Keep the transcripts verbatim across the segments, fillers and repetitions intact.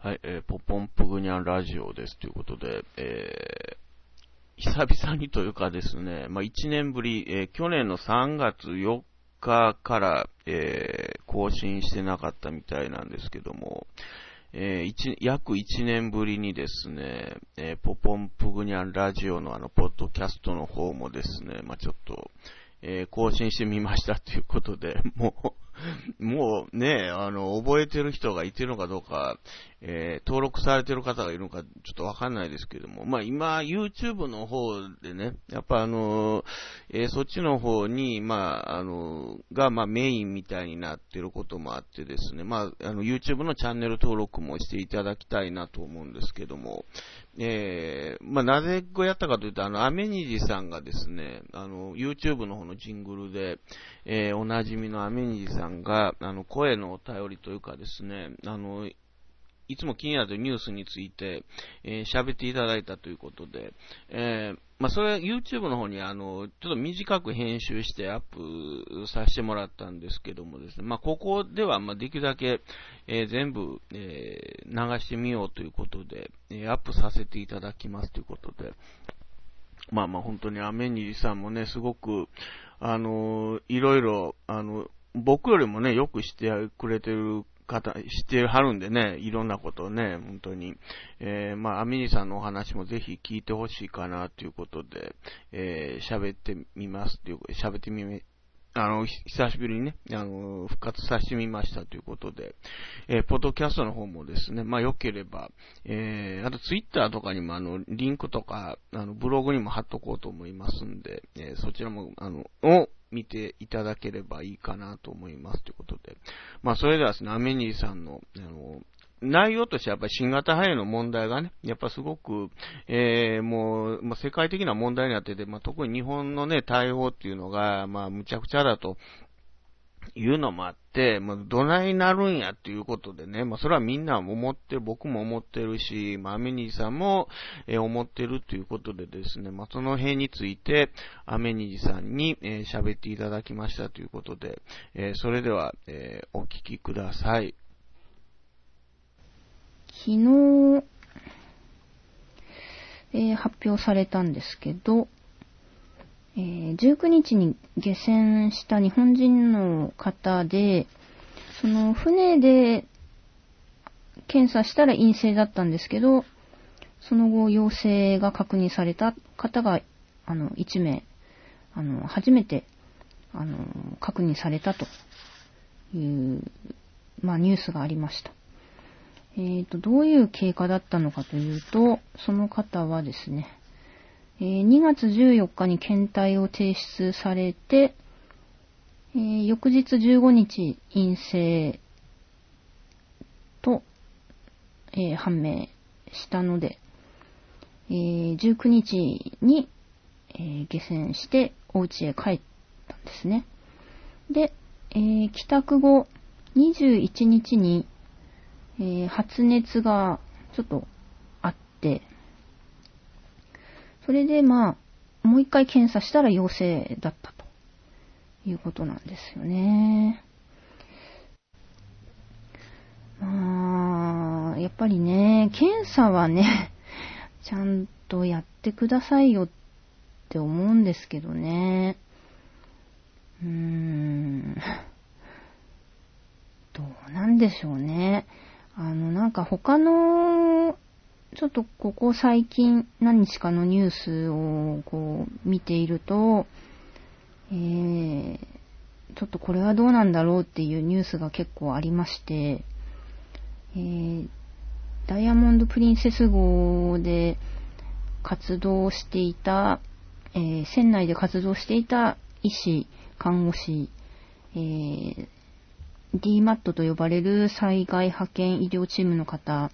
はい、えー、ポポンプグニャンラジオですということで、えー、久々にというかですね、まあ、いちねんぶり、えー、去年のさんがつよっかから、えー、更新してなかったみたいなんですけども、えー、一約いちねんぶりにですね、えー、ポポンプグニャンラジオのあの、ポッドキャストの方もですね、まあ、ちょっと、えー、更新してみましたということで、もう、もうね、あの、覚えてる人がいてるのかどうか、えー、登録されてる方がいるのかちょっとわかんないですけども、まあ今、YouTube の方でね、やっぱあの、えー、そっちの方に、まあ、あの、が、まあメインみたいになってることもあってですね、まあ、あの、YouTube のチャンネル登録もしていただきたいなと思うんですけども、えー、まあ、なぜこうやったかというと、あの、アメニジさんがですね、あの、YouTube の方のジングルで、えー、おなじみのアメニジさんが、あの、声のお便りというかですね、あの、いつも気になるニュースについて、えー、喋っていただいたということで、えー、まあ、それ YouTube の方にあの、ちょっと短く編集してアップさせてもらったんですけどもですね、まあ、ここではまあできるだけ、えー、全部、えー、流してみようということで、えー、アップさせていただきますということで、まあまあ本当にアメニジさんもね、すごく、あのー、いろいろ、あの、僕よりもね、よくしてくれてる方、してはるんでね、いろんなことをね、本当に。えー、まあ、アメニさんのお話もぜひ聞いてほしいかなということで、えー、喋ってみますという、喋ってみ、あの、久しぶりにね、あの、復活させてみましたということで、えー、ポッドキャストの方もですね、まあ、良ければ、えー、あとツイッターとかにもあの、リンクとか、あの、ブログにも貼っとこうと思いますんで、えー、そちらも、あの、を見ていただければいいかなと思いますということで、まあ、それではですね、アメニーさんの、あの、内容としてはやっぱり新型肺炎の問題がね、やっぱすごく、えー、もう、まあ、世界的な問題になってて、まあ、特に日本のね、対応っていうのが、まあ、むちゃくちゃだというのもあって、まあ、どないなるんやっていうことでね、まあ、それはみんな思ってる、僕も思ってるし、まあ、アメニーさんも、えー、思ってるということでですね、まあ、その辺について、アメニーさんに、えー、喋っていただきましたということで、えー、それでは、えー、お聞きください。 昨日、えー、発表されたんですけど、えー、じゅうくにちに下船した日本人の方で、その船で検査したら陰性だったんですけど、その後陽性が確認された方があのいちめい、あの初めてあの確認されたという、まあ、ニュースがありました。えーと、どういう経過だったのかというと、その方はですね、えー、にがつじゅうよっかに検体を提出されて、えー、翌日じゅうごにち陰性と、えー、判明したので、えー、じゅうくにちに、えー、下船してお家へ帰ったんですね。で、えー、帰宅後にじゅういちにちにえー、発熱がちょっとあって、それでまあ、もう一回検査したら陽性だったということなんですよね。まあ、やっぱりね、検査はね、ちゃんとやってくださいよって思うんですけどね。うーん、どうなんでしょうね。あの、なんか他の、ちょっとここ最近何日かのニュースをこう見ていると、えー、ちょっとこれはどうなんだろうっていうニュースが結構ありまして、えー、ダイヤモンドプリンセス号で活動していた、えー、船内で活動していた医師、看護師、えーディーマット と呼ばれる災害派遣医療チームの方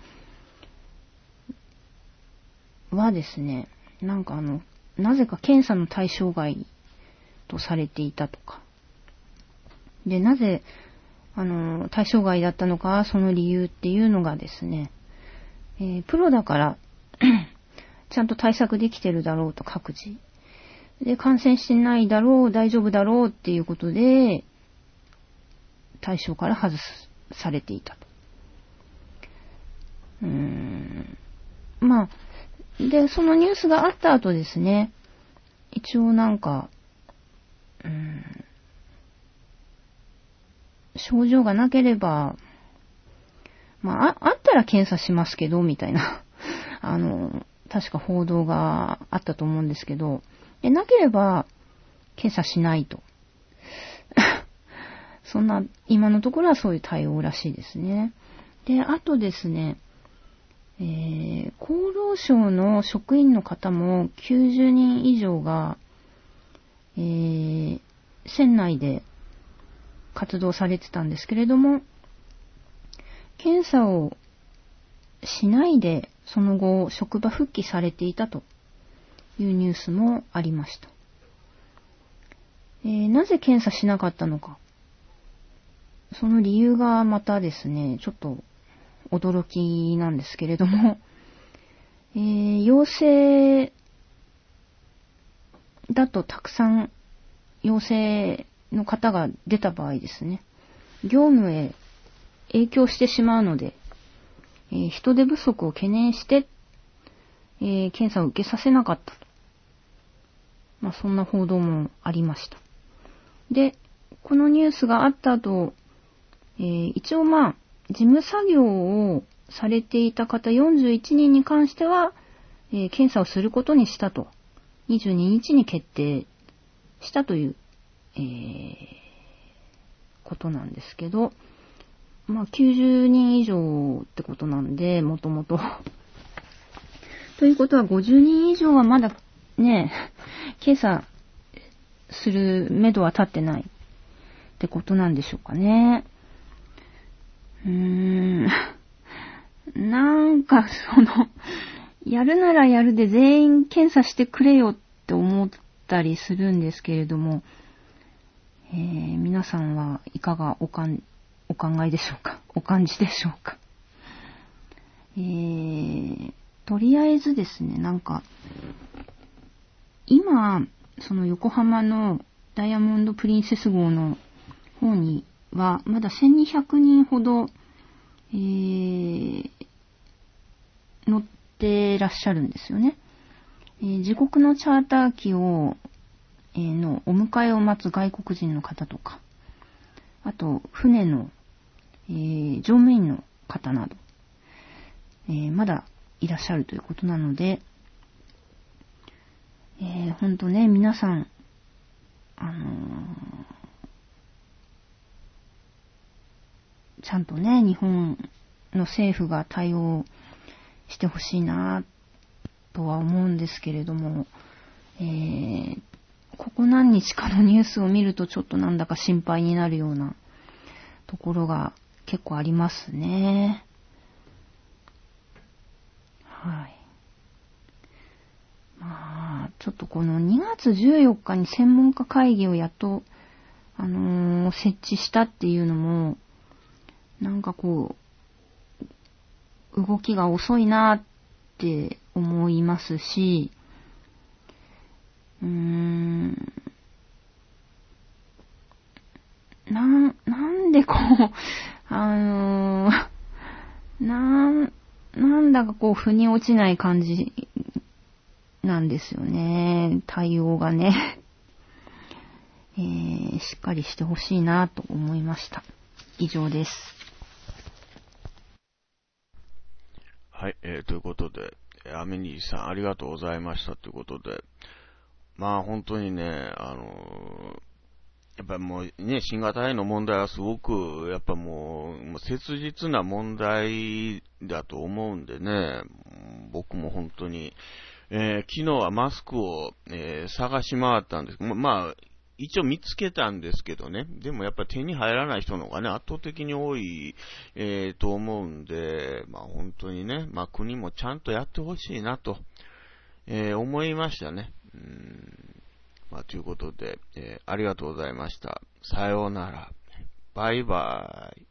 はですね、なんかあの、なぜか検査の対象外とされていたとか。で、なぜ、あの、対象外だったのか、その理由っていうのがですね、えー、プロだから、ちゃんと対策できてるだろうと各自。で、感染してないだろう、大丈夫だろうっていうことで、対象から外されていたと。うーまあ、で、そのニュースがあった後ですね、一応なんか、うーん、症状がなければ、まあ、あ、あったら検査しますけど、みたいな、あの、確か報道があったと思うんですけど、でなければ、検査しないと。そんな、今のところはそういう対応らしいですね。で、あとですね、えー、厚労省の職員の方もきゅうじゅうにん以上が、えー、船内で活動されてたんですけれども、検査をしないでその後職場復帰されていたというニュースもありました。えー、なぜ検査しなかったのか。その理由がまたですね、ちょっと驚きなんですけれども、えー、陽性だとたくさん陽性の方が出た場合ですね、業務へ影響してしまうので、えー、人手不足を懸念して、えー、検査を受けさせなかったと。まあ、そんな報道もありました。で、このニュースがあった後、えー、一応まあ、事務作業をされていた方よんじゅういちにんに関しては、えー、検査をすることにしたと、にじゅうににちに決定したという、えー、ことなんですけど、まあきゅうじゅうにん以上ってことなんで、もともと。ということはごじゅうにん以上はまだね、検査する目処は立ってないってことなんでしょうかね。うーん。なんかその、やるならやるで全員検査してくれよって思ったりするんですけれども、えー、皆さんはいかがおかん、お考えでしょうか、お感じでしょうか。えー、とりあえずですね、なんか、今、その横浜のダイヤモンドプリンセス号の方には、まだせんにひゃくにんほど、えー、乗ってらっしゃるんですよね。えー、自国のチャーター機を、えー、のお迎えを待つ外国人の方とか、あと、船の、えー、乗務員の方など、えー、まだいらっしゃるということなので、えー、ほんとね、皆さん、あのー、ちゃんとね、日本の政府が対応してほしいなとは思うんですけれども、えー、ここ何日かのニュースを見るとちょっとなんだか心配になるようなところが結構ありますね。はい。まあ、ちょっとこのにがつじゅうよっかに専門家会議をやっと、あのー、設置したっていうのも、なんかこう、動きが遅いなって思いますし、うーん、な、なんでこう、あのー、なん、なんだかこう、腑に落ちない感じなんですよね。対応がね。えー、しっかりしてほしいなと思いました。以上です。 はい、えー、ということで、アメニーさんありがとうございましたということで、まあ本当にね、あのー、やっぱりもうね、新型肺炎の問題はすごく、やっぱもう、もう切実な問題だと思うんでね、僕も本当に、えー、昨日はマスクを、えー、探し回ったんです。ま、まあ、一応見つけたんですけどね。でもやっぱり手に入らない人の方がね、圧倒的に多い、えー、と思うんで、まあ本当にね、まあ国もちゃんとやってほしいなと、えー、思いましたね。うーん、まあということで、えー、ありがとうございました。さようなら。バイバイ。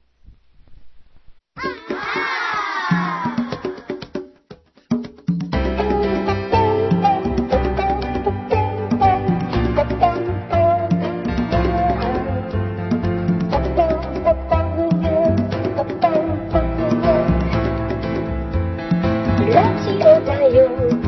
ラジオだよ